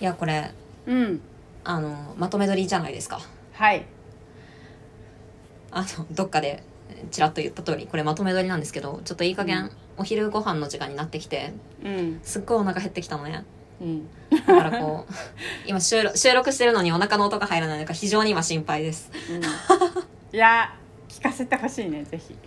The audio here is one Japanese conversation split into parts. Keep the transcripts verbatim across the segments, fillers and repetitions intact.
やこれうんあのまとめ撮りじゃないですか。 はいあのどっかでちらっと言った通りこれまとめ撮りなんですけど、ちょっといい加減お昼ご飯の時間になってきて、 うんすっごいお腹減ってきたのね。 うんだからこう今収録収録してるのにお腹の音が入らないのか非常に今心配です。 うんいや聞かせてほしいねぜひ。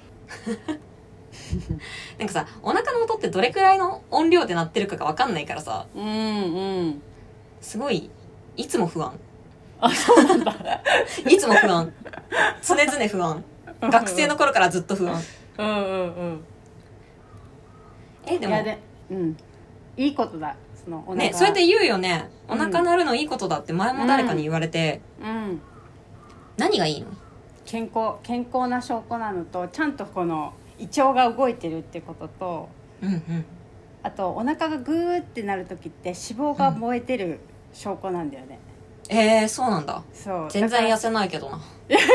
なんかさ、お腹の音ってどれくらいの音量で鳴ってるかが分かんないからさ、 うんうんすごいいつも不安。 あそうなんだ。 いつも不安、常々不安。学生の頃からずっと不安。 うんうんうんえでもいやでうんいいことだそのお腹ね、そうやって言うよね。お腹鳴るのいいことだって前も誰かに言われて、 うん何がいいの？ 健康健康な証拠なのと、ちゃんとこの胃腸が動いてるってことと、 うんうん。 あとお腹がグーってなる時って脂肪が燃えてる証拠なんだよね、 うん、えー、そうなんだ。 そう全然痩せないけどな。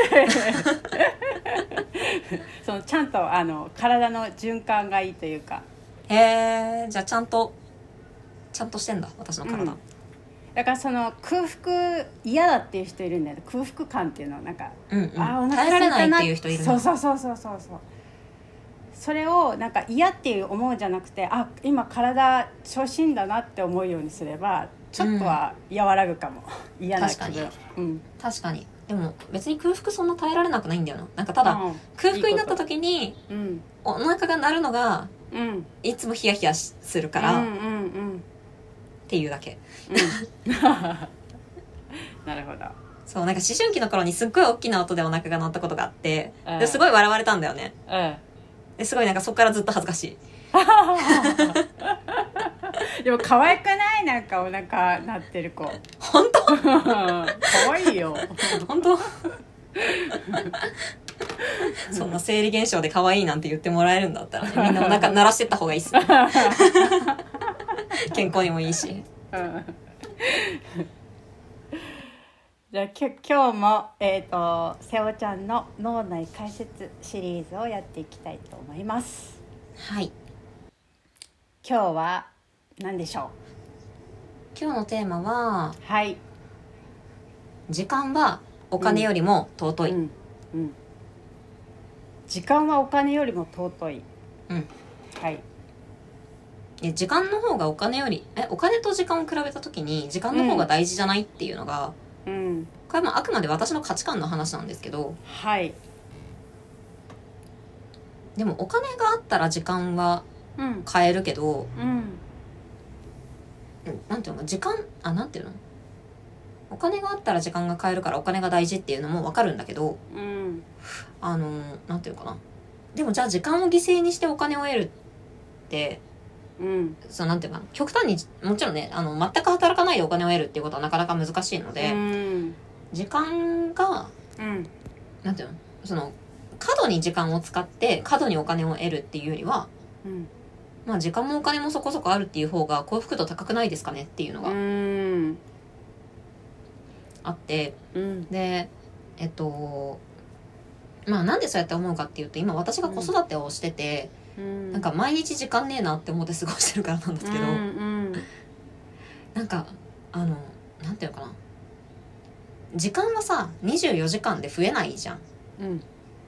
そのちゃんとあの体の循環がいいというか、 へえー、じゃあちゃんとちゃんとしてんだ私の体、 うん、だからその空腹嫌だっていう人いるんだよ。空腹感っていうのなんか、 うんうん、 あお腹耐えられない空いたなっていう人いるそうそうそうそうそうそう。それをなんか嫌っていう思うんじゃなくて、あ今体調子いいんだなって思うようにすればちょっとは和らぐかも、うん、嫌な気分。 確かに、 うん、 確かに。でも別に空腹そんな耐えられなくないんだよな。なんかただ、うん、空腹になった時にいいうん、お腹が鳴るのが、うん、いつもヒヤヒヤするから、うんうんうん、っていうだけ、 うん、なるほど。 そうなんか思春期の頃にすっごい大きな音でお腹が鳴ったことがあって、うん、ですごい笑われたんだよね、うん、ですごいなんかそっからずっと恥ずかしい。 でも可愛くない？なんかお腹鳴ってる子。 本当？ 可愛いよ。 本当？そんな生理現象で可愛いなんて言ってもらえるんだったら、ね、みんなお腹鳴らしてった方がいいっすね。健康にもいいし。 じゃあき今日もえっと瀬尾ちゃんの脳内解説シリーズをやっていきたいと思います。 はい。 今日は何でしょう？ 今日のテーマは、 はい。 時間はお金よりも尊い。うんうんうん、 時間はお金よりも尊い。 うん。 はい。 時間の方がお金よりえお金と時間を比べた時に時間の方が大事じゃないっていうのが、うん、これはまああくまで私の価値観の話なんですけど、 はい。 でもお金があったら時間は買えるけど、うん、なんていうの時間あなんていうのお金があったら時間が買えるからお金が大事っていうのも分かるんだけど、うん、あのなんていうかな、でもじゃあ時間を犠牲にしてお金を得るって、うん、そうなんていうかな、極端にもちろんねあの全く働かないでお金を得るっていうことはなかなか難しいので、うん、時間が、うん、なんていうのその過度に時間を使って過度にお金を得るっていうよりは、うん、まあ時間もお金もそこそこあるっていう方が幸福度高くないですかねっていうのがあって、うん、でえっとまあなんでそうやって思うかっていうと、今私が子育てをしてて、うん、なんか毎日時間ねえなって思って過ごしてるからなんですけど、うんうん、なんかあのなんていうのかな、時間はさにじゅうよじかんで増えないじゃん、うん、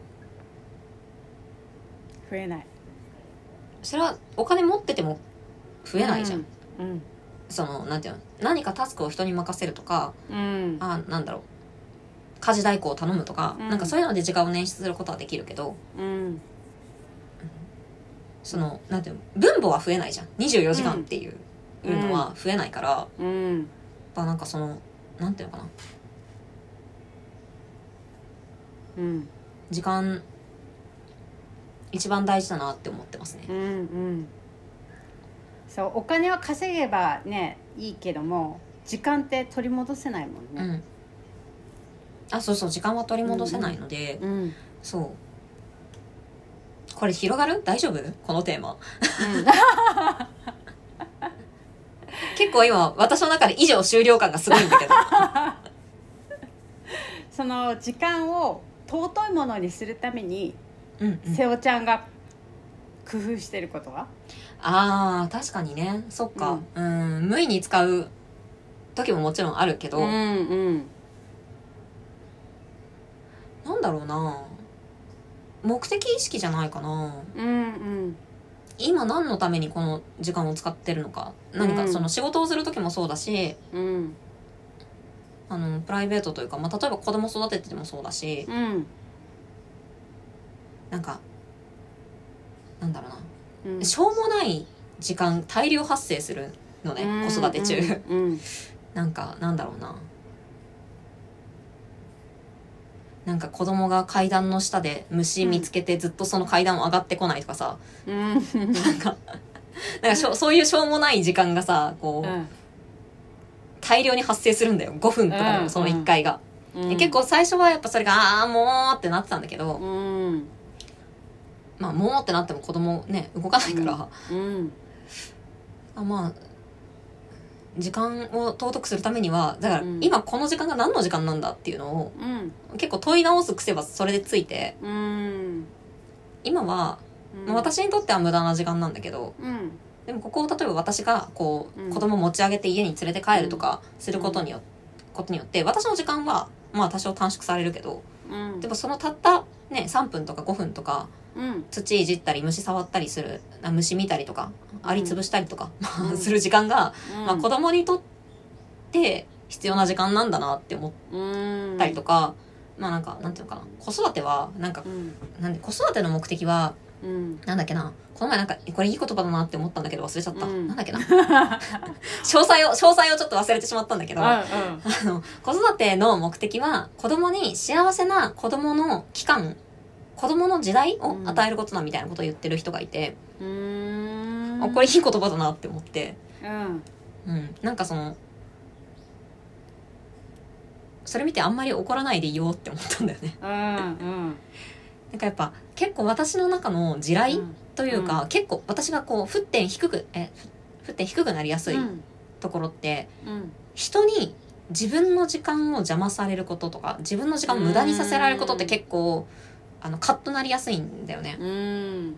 増えない。 それはお金持ってても増えないじゃん、うんうん、そのなんていうの何かタスクを人に任せるとか、うん、あなんだろう家事代行を頼むとか、うん、なんかそういうので時間を捻出することはできるけど、うん、そのなんていうの分母は増えないじゃん。にじゅうよじかんっていうのは増えないから、うん、やっぱなんかそのなんていうのかな、うん、時間一番大事だなって思ってますね、うんうん、 そうお金は稼げばねいいけども時間って取り戻せないもんね、 うん、あそうそう時間は取り戻せないので、うんうん、そうこれ広がる？大丈夫？このテーマ、うん、結構今私の中で以上終了感がすごいんだけどその時間を尊いものにするためにうんうん、瀬尾ちゃんが工夫してることは？ あー確かにね、そっか、うん、うん無意に使う時ももちろんあるけど、 うんうん、 なんだろうな、目的意識じゃないかな、 うんうん、 今何のためにこの時間を使ってるのか、何かその仕事をする時もそうだし、 うん、 あのプライベートというか、まあ、例えば子供育てててもそうだし、 うん、 なんかなんだろうな、 うん、 しょうもない時間大量発生するのね、 うん、 子育て中、 うんうん、 なんかなんだろうな、なんか子供が階段の下で虫見つけてずっとその階段を上がってこないとかさ、 うん、なんかなんかしょそういうしょうもない時間がさこう、うん、大量に発生するんだよ、ごふんとかでもそのいっかいが、うん、結構最初はやっぱそれがああもうってなってたんだけど、うん、まあもうってなっても子供ね動かないから、うんうん、あまあ時間を尊くするためにはだから今この時間が何の時間なんだっていうのを、うん、結構問い直す癖はそれでついて、うん、今は、うん、私にとっては無駄な時間なんだけど、うん、でもここを例えば私がこう、うん、子供を持ち上げて家に連れて帰るとかすることによ、うん、ことによって私の時間はまあ多少短縮されるけど、うん、でもそのたったねさんぷんとかごふんとか、うん、土いじったり虫触ったりする、虫見たりとかアリ潰したりとか、うん、する時間が、うんまあ、子供にとって必要な時間なんだなって思ったりとか、うん、まあなんかなんていうのかな、子育てはなんか、うん、なんで子育ての目的は、うん、なんだっけな、この前なんかこれいい言葉だなって思ったんだけど忘れちゃった、うん、なんだっけな詳細を詳細をちょっと忘れてしまったんだけど、うんうん、あの子育ての目的は子供に幸せな子供の期間、子供の時代を与えることだみたいなことを言ってる人がいて、うーん、あこれいい言葉だなって思って、うんうん、なんかそのそれ見てあんまり怒らないでいようって思ったんだよね、うんうん、なんかやっぱ結構私の中の地雷というか、うん、結構私がこう沸点低くえ沸点低くなりやすいところって、うん、人に自分の時間を邪魔されることとか自分の時間を無駄にさせられることって結構あのカッとなりやすいんだよね、うん、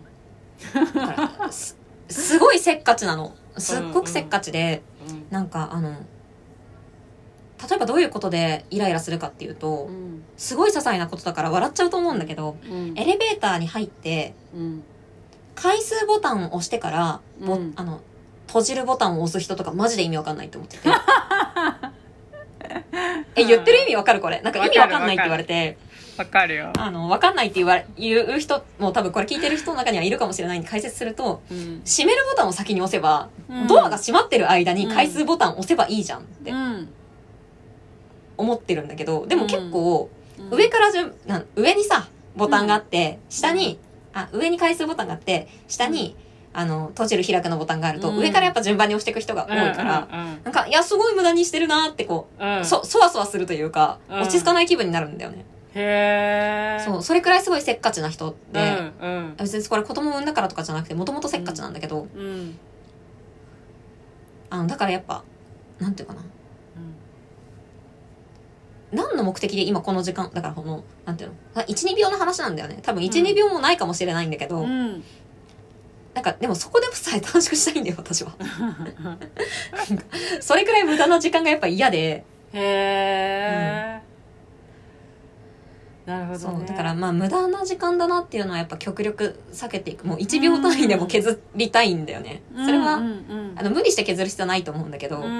だから す, すごいせっかちなの、すっごくせっかちで、うんうん、なんかあの例えばどういうことでイライラするかっていうと、うん、すごい些細なことだから笑っちゃうと思うんだけど、うん、エレベーターに入って、うん、回数ボタンを押してから、うん、あの閉じるボタンを押す人とかマジで意味わかんないって思っててえ言ってる意味わかる？これなんか意味わかんないって言われてわかるよ。 あの、わかんないって言われ、言う人も多分これ聞いてる人の中にはいるかもしれないんで解説すると、うん、閉めるボタンを先に押せば、うん、ドアが閉まってる間に回数ボタンを押せばいいじゃんって思ってるんだけど、でも結構、上から順、なん上にさ、ボタンがあって、下に、あ、上に回数ボタンがあって、下に、あの、閉じる開くのボタンがあると、うん、上からやっぱ順番に押していく人が多いから、うんうんうん、なんか、いや、すごい無駄にしてるなってこう、うん、そ、そわそわするというか、落ち着かない気分になるんだよね。へー。そう、それくらいすごいせっかちな人で、うんうん、別にこれ子供を産んだからとかじゃなくて、もともとせっかちなんだけど、うんうん、あの、だからやっぱ、なんていうかな。うん、何の目的で今この時間、だからこの、なんていうの、いち、にびょうの話なんだよね。多分いち、にびょうもないかもしれないんだけど、うん、なんかでもそこでもさえ短縮したいんだよ、私は。それくらい無駄な時間がやっぱ嫌で。へー。うんなるほどね、そうだからまあ無駄な時間だなっていうのはやっぱ極力避けていく。もういちびょう単位でも削りたいんだよね、うん、それは、うんうん、あの無理して削る必要はないと思うんだけど、うん、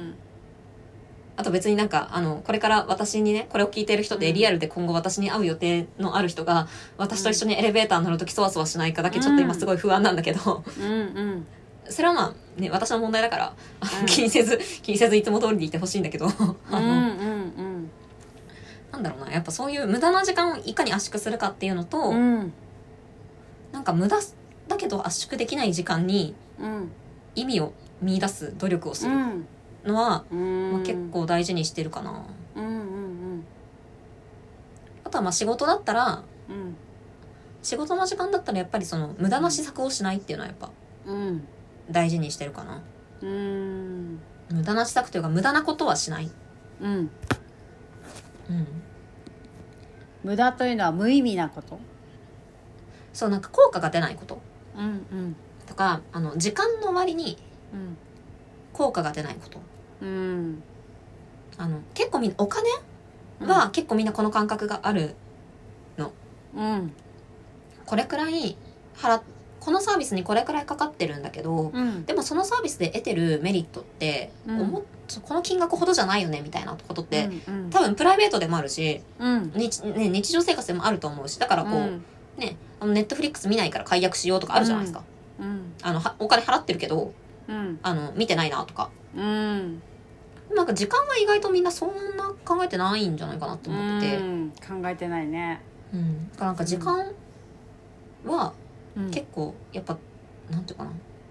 あと別になんかあのこれから私にねこれを聞いてる人でリアルで今後私に会う予定のある人が私と一緒にエレベーター乗るときそわそわしないかだけちょっと今すごい不安なんだけど、うんうん、それはまあね私の問題だから、うん、気にせず気にせずいつも通りでいてほしいんだけどあの、うんうんうんなんだろうな、やっぱそういう無駄な時間をいかに圧縮するかっていうのと、うん、なんか無駄だけど圧縮できない時間に意味を見出す努力をするのは、うんまあ、結構大事にしてるかな、うんうんうん、あとはまあ仕事だったら、うん、仕事の時間だったらやっぱりその無駄な施策をしないっていうのはやっぱ大事にしてるかな、うん、無駄な施策というか無駄なことはしない、うんうん、 無駄というのは無意味なこと、 そうなんか効果が出ないこと、うんうん、とかあの時間の割に効果が出ないこと、うん、 あの結構みんなお金は結構みんなこの感覚があるの、 うん、 これくらい払このサービスにこれくらいかかってるんだけど、 うん、 でもそのサービスで得てるメリットって、うん、思っこの金額ほどじゃないよねみたいなことって、うんうん、多分プライベートでもあるし、うん日ね、日常生活でもあると思うし、だからこう、うん、ね、あのネットフリックス見ないから解約しようとかあるじゃないですか、うんうん、あのお金払ってるけど、うん、あの見てないなとか、うん、なんか時間は意外とみんなそんな考えてないんじゃないかなって思ってて、うん、 考えてないね、 うん、だからなんか時間は結構やっぱ、うん、なんていうかな、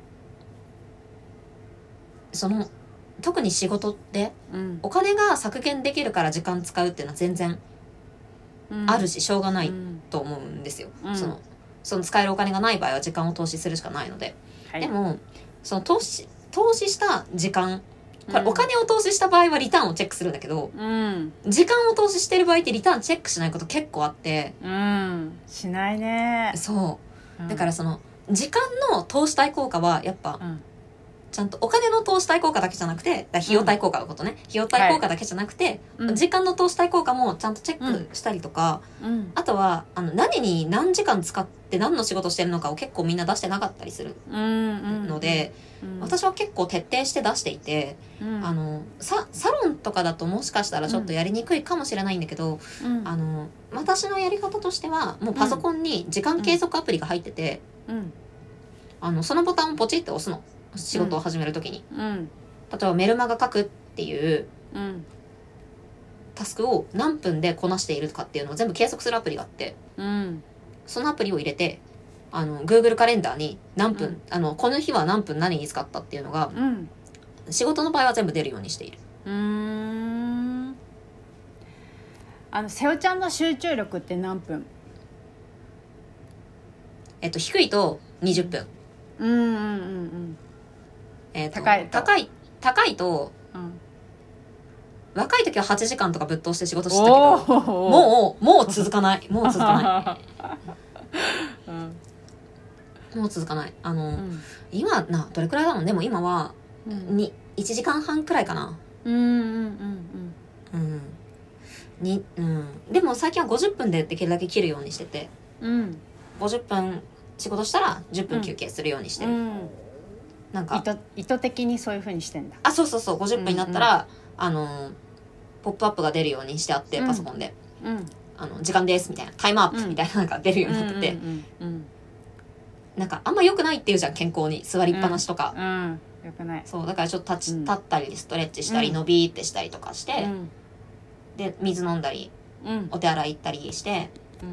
その特に仕事って、うん、お金が削減できるから時間使うっていうのは全然あるし、しょうがないと思うんですよ、うん、そのその使えるお金がない場合は時間を投資するしかないので、はい、でもその投資投資した時間、これお金を投資した場合はリターンをチェックするんだけど、うん、時間を投資してる場合ってリターンチェックしないこと結構あって、 うん、しないね。 そう、うん、だからその時間の投資対効果はやっぱ、うん、ちゃんとお金の投資対効果だけじゃなくて、費用対効果のことね、うん、費用対効果だけじゃなくて、はい、時間の投資対効果もちゃんとチェックしたりとか、うん、あとはあの何に何時間使って何の仕事してるのかを結構みんな出してなかったりするので、うんうんうん、私は結構徹底して出していて、うん、あの サ, サロンとかだともしかしたらちょっとやりにくいかもしれないんだけど、うん、あの私のやり方としてはもうパソコンに時間計測アプリが入ってて、うん、あのそのボタンをポチって押すの、仕事を始めるときに、うん、例えばメルマガ書くっていうタスクを何分でこなしているかっていうのを全部計測するアプリがあって、うん、そのアプリを入れてあの Google カレンダーに何分、うん、あのこの日は何分何に使ったっていうのが、うん、仕事の場合は全部出るようにしている。うーん、 あの瀬尾ちゃんの集中力って何分？ えっと低いとにじゅっぷん、うんうんうんうんえー、高い高い高いと、うん、若い時ははちじかんとかぶっ通して仕事してたけど、もうもう続かないもう続かない、うん、もう続かない。あの、うん、今などれくらいだろう。でも今は、うん、にいちじかんはんくらいかな。うんうんうんうんうんに、うん、でも最近はごじゅっぷんでできるだけ切るようにしてて、うん、ごじゅっぷん仕事したらじゅっぷん休憩するようにしてる、うんうん、なんか意図、意図的にそういう風にしてんだ。 あ、そうそうそう、ごじゅっぷんになったら、うんうん、あのポップアップが出るようにしてあって、パソコンで、うん、あの時間ですみたいな、タイムアップみたいなのが出るようになってて、うんうんうんうん、なんかあんま良くないっていうじゃん、健康に座りっぱなしとか、うんうん、 良くない。 そうだからちょっと立ち、うん、立ったりストレッチしたり、うん、伸びってしたりとかして、うん、で水飲んだり、うん、お手洗い行ったりして、うん、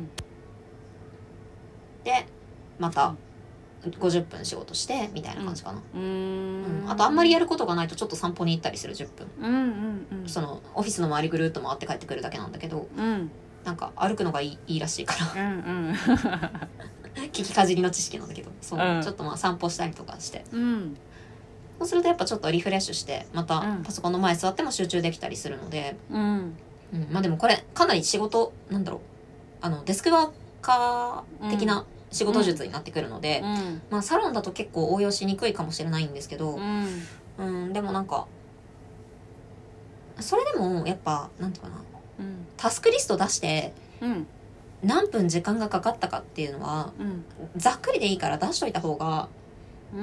でまたごじゅっぷん仕事してみたいな感じかな、うんうん、あとあんまりやることがないとちょっと散歩に行ったりするじゅっぷん、うんうんうん、そのオフィスの周りぐるっと回って帰ってくるだけなんだけど、うん、なんか歩くのがいい、いいらしいから、うんうん、聞きかじりの知識なんだけど、そう、うん、ちょっとまあ散歩したりとかして、うん、そうするとやっぱちょっとリフレッシュしてまたパソコンの前座っても集中できたりするので、うんうん、まあでもこれかなり仕事なんだろう、あのデスクワーカー的な、うん仕事術になってくるので、うんまあ、サロンだと結構応用しにくいかもしれないんですけど、うんうん、でもなんかそれでもやっぱなんていうかな、うん、タスクリスト出して、うん、何分時間がかかったかっていうのは、うん、ざっくりでいいから出しといた方が、うん、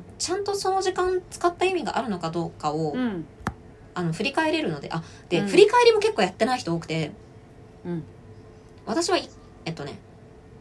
ちゃんとその時間使った意味があるのかどうかを、うん、あの振り返れるので、あで、うん、振り返りも結構やってない人多くて、うん、私はえっとね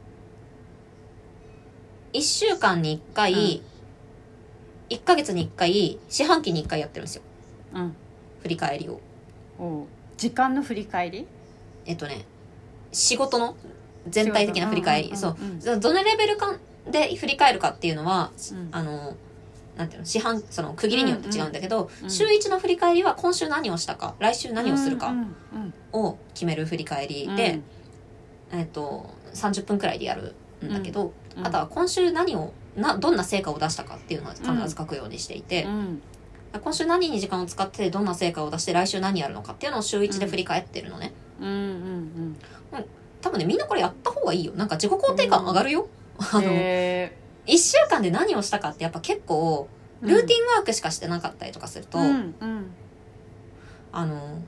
いっしゅうかんにいっかい、うん、いっかげつにいっかい、四半期にいっかいやってるんですよ、うん、振り返りを。 お時間の振り返り？ えっとね仕事の全体的な振り返り、うんうんうんうん、そうどのレベルかで振り返るかっていうのは、うん、あのなんていうの四半その区切りによって違うんだけど、うんうん、週いちの振り返りは今週何をしたか来週何をするかを決める振り返りで、うん、えっとさんじゅっぷんくらいでやるんだけど、うん、あとは今週何をなどんな成果を出したかっていうのは必ず書くようにしていて、うん、今週何に時間を使ってどんな成果を出して来週何やるのかっていうのを週いちで振り返ってるのね、うんうんうんうん、多分ねみんなこれやった方がいいよ。なんか自己肯定感上がるよ、うん、あのいっしゅうかんで何をしたかってやっぱ結構ルーティンワークしかしてなかったりとかすると、うんうん、 あの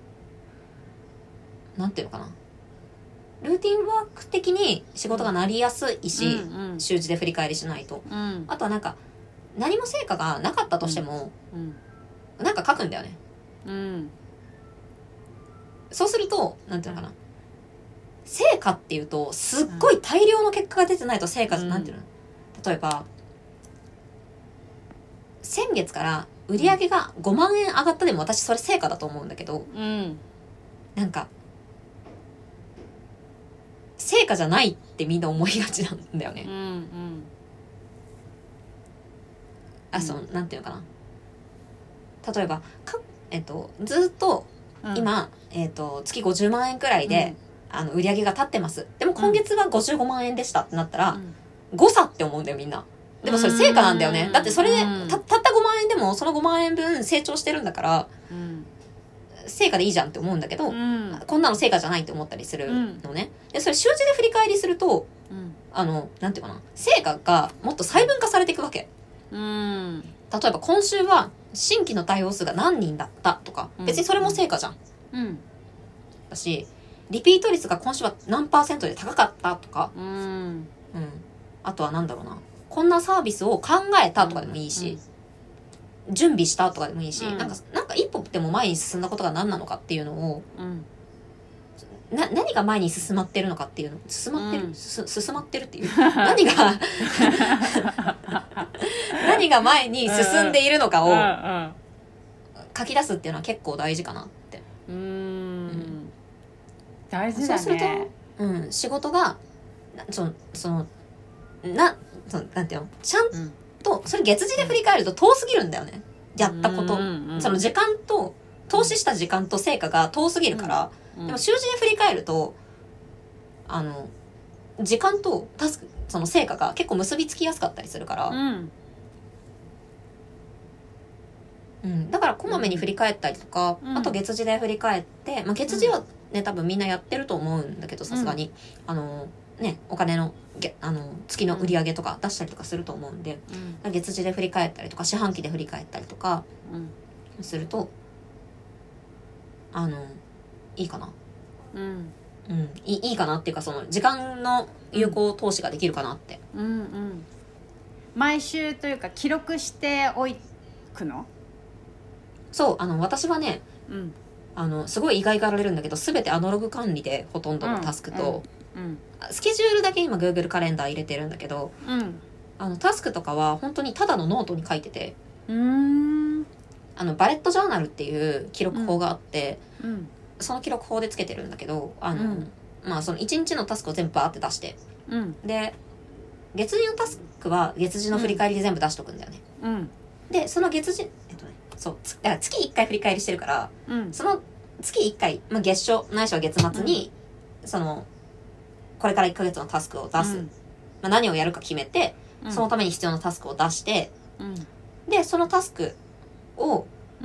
なんていうのかな、ルーティンワーク的に仕事がなりやすいし、 うんうん、 習字で振り返りしないと、 うん、 あとはなんか何も成果がなかったとしても、 うんうん、なんか書くんだよね、 うん、 そうするとなんていうのかな、成果っていうとすっごい大量の結果が出てないと成果じゃ、うん、なんていうの、例えば先月から売り上げがごまんえん上がったでも私それ成果だと思うんだけど、 うん、 なんか成果じゃないってみんな思いがちなんだよね、 うんうん、 あ、そう、なんていうのかな、例えばか、えっと、ずっと今、うん、えっと、月ごじゅうまんえんくらいで、うん、あの売り上げが立ってます。でも今月はごじゅうごまんえんでしたってなったら、うん、誤差って思うんだよみんな。でもそれ成果なんだよね。だってそれで た, たったごまんえんでもそのごまんえんぶん成長してるんだから、うん、成果でいいじゃんって思うんだけど、うん、こんなの成果じゃないって思ったりするのね。でそれ習字で振り返りすると、うん、あのなんていうかな、成果がもっと細分化されていくわけ。うん、例えば今週は新規の対応数が何人だったとか、別にそれも成果じゃん。うん、だしリピート率が今週は何パーセントで高かったとか、うんうん、あとはなんだろうな、こんなサービスを考えたとかでもいいし、うん、準備したとかでもいいし、うん、なんかなんか一歩でも前に進んだことが何なのかっていうのを、うん、な何が前に進まってるのかっていうの、進まってる、うん、す進まってるっていう何が何が前に進んでいるのかを書き出すっていうのは結構大事かなって。うーん、うん、 大事だね。そうすると、 うん、仕事がそのそのなそのなんていうの、ちゃんと、うん、それ月次で振り返ると遠すぎるんだよね、やったこと、うんうん、その時間と投資した時間と成果が遠すぎるから、うんうん、でも習字で振り返るとあの時間とタスク、その成果が結構結びつきやすかったりするから、うんうん、だからこまめに振り返ったりとか、うん、あと月次で振り返って、まあ、月次はね多分みんなやってると思うんだけど、さすがに、うん、あのねお金のあの月の売り上げとか出したりとかすると思うんで、うん、月次で振り返ったりとか四半期で振り返ったりとかすると、あのいいかな、うん、うん、い, いいかなっていうか、その時間の有効投資ができるかなって、うんうんうん、 毎週というか記録しておくの？ そう、あの私はね、うん、あのすごい意外がられるんだけど、全てアナログ管理でほとんどのタスクと、うんうんうん、スケジュールだけ今 Google カレンダー入れてるんだけど、うん、あのタスクとかは本当にただのノートに書いてて、うーん、あのバレットジャーナルっていう記録法があって、うんうん、その記録法でつけてるんだけど、あの、うん、まあそのいちにちのタスクを全部バーって出して、うん、で月次のタスクは月次の振り返りで全部出しとくんだよね、うん、でその月次、えっとね、そうだから月いっかい振り返りしてるから、うん、その月いっかい、まあ、月初ないしは月末に、うん、そのこれからいっかげつのタスクを出す、うん、まあ、何をやるか決めて、うん、そのために必要なタスクを出して、うん、でそのタスクを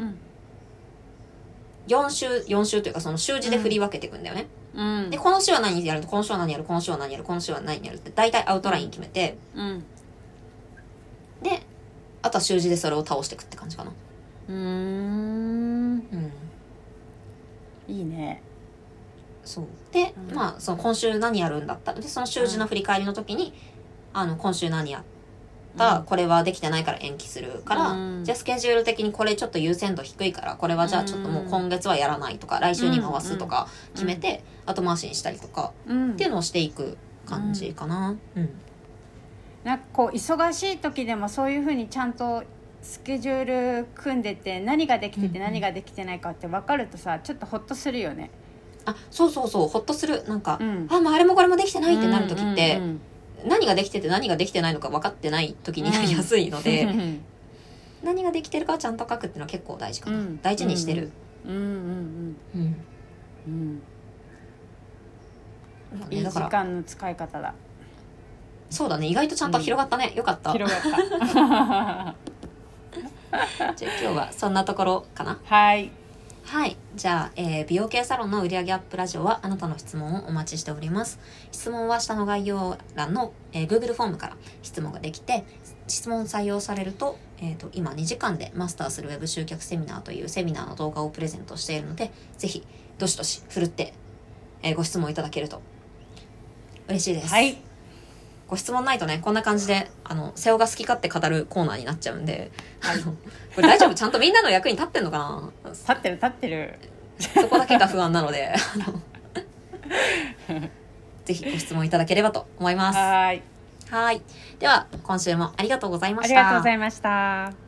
よん週よん週というかその週次で振り分けていくんだよね、うん、でこの週は何やる、この週は何やる、この週は何やる、この週は何やるって大体アウトライン決めて、うん、であとは週次でそれを倒していくって感じかな。うーん、うん、 いいね。 そうで、うん、まあその今週何やるんだったでその週次の振り返りの時に、うん、あの今週何やった、うん、これはできてないから延期するから、うん、じゃあスケジュール的にこれちょっと優先度低いからこれはじゃあちょっともう今月はやらないとか、うん、来週に回すとか決めて、うん、後回しにしたりとか、うん、っていうのをしていく感じかな、うんうん、 なんかこう忙しい時でもそういう風にちゃんとスケジュール組んでて何ができてて何ができてないかって分かるとさ、ちょっとホッとするよね。 あ、そうそうそう、ホッとする。なんか、うん、あ、もうあれもこれもできてないってなる時って、うんうんうん、何ができてて何ができてないのか分かってない時になりやすいので、うん、何ができてるかをちゃんと書くっていうのは結構大事かな、うん、大事にしてる。うんうんうんうんうんうん、 いい時間の使い方だ。 そうだね、意外とちゃんと広がったね、うん、よかった。 広がったじゃあ今日はそんなところかな。 はいはい。じゃあ、えー、美容系サロンの売上アップラジオはあなたの質問をお待ちしております。質問は下の概要欄の、えー、Google フォームから質問ができて、 質問採用されると、えーと、今にじかんでマスターするウェブ集客セミナーというセミナーの動画をプレゼントしているので、ぜひどしどし振るって、えー、ご質問いただけると嬉しいです。 はい。 ご質問ないとね、こんな感じであのセオが好き勝手語るコーナーになっちゃうんで、あのこれ大丈夫？ちゃんとみんなの役に立ってんのかな？ 立ってる立ってる。 そこだけが不安なのであのぜひご質問いただければと思います。 はい。 はい。では今週もありがとうございました。 ありがとうございました。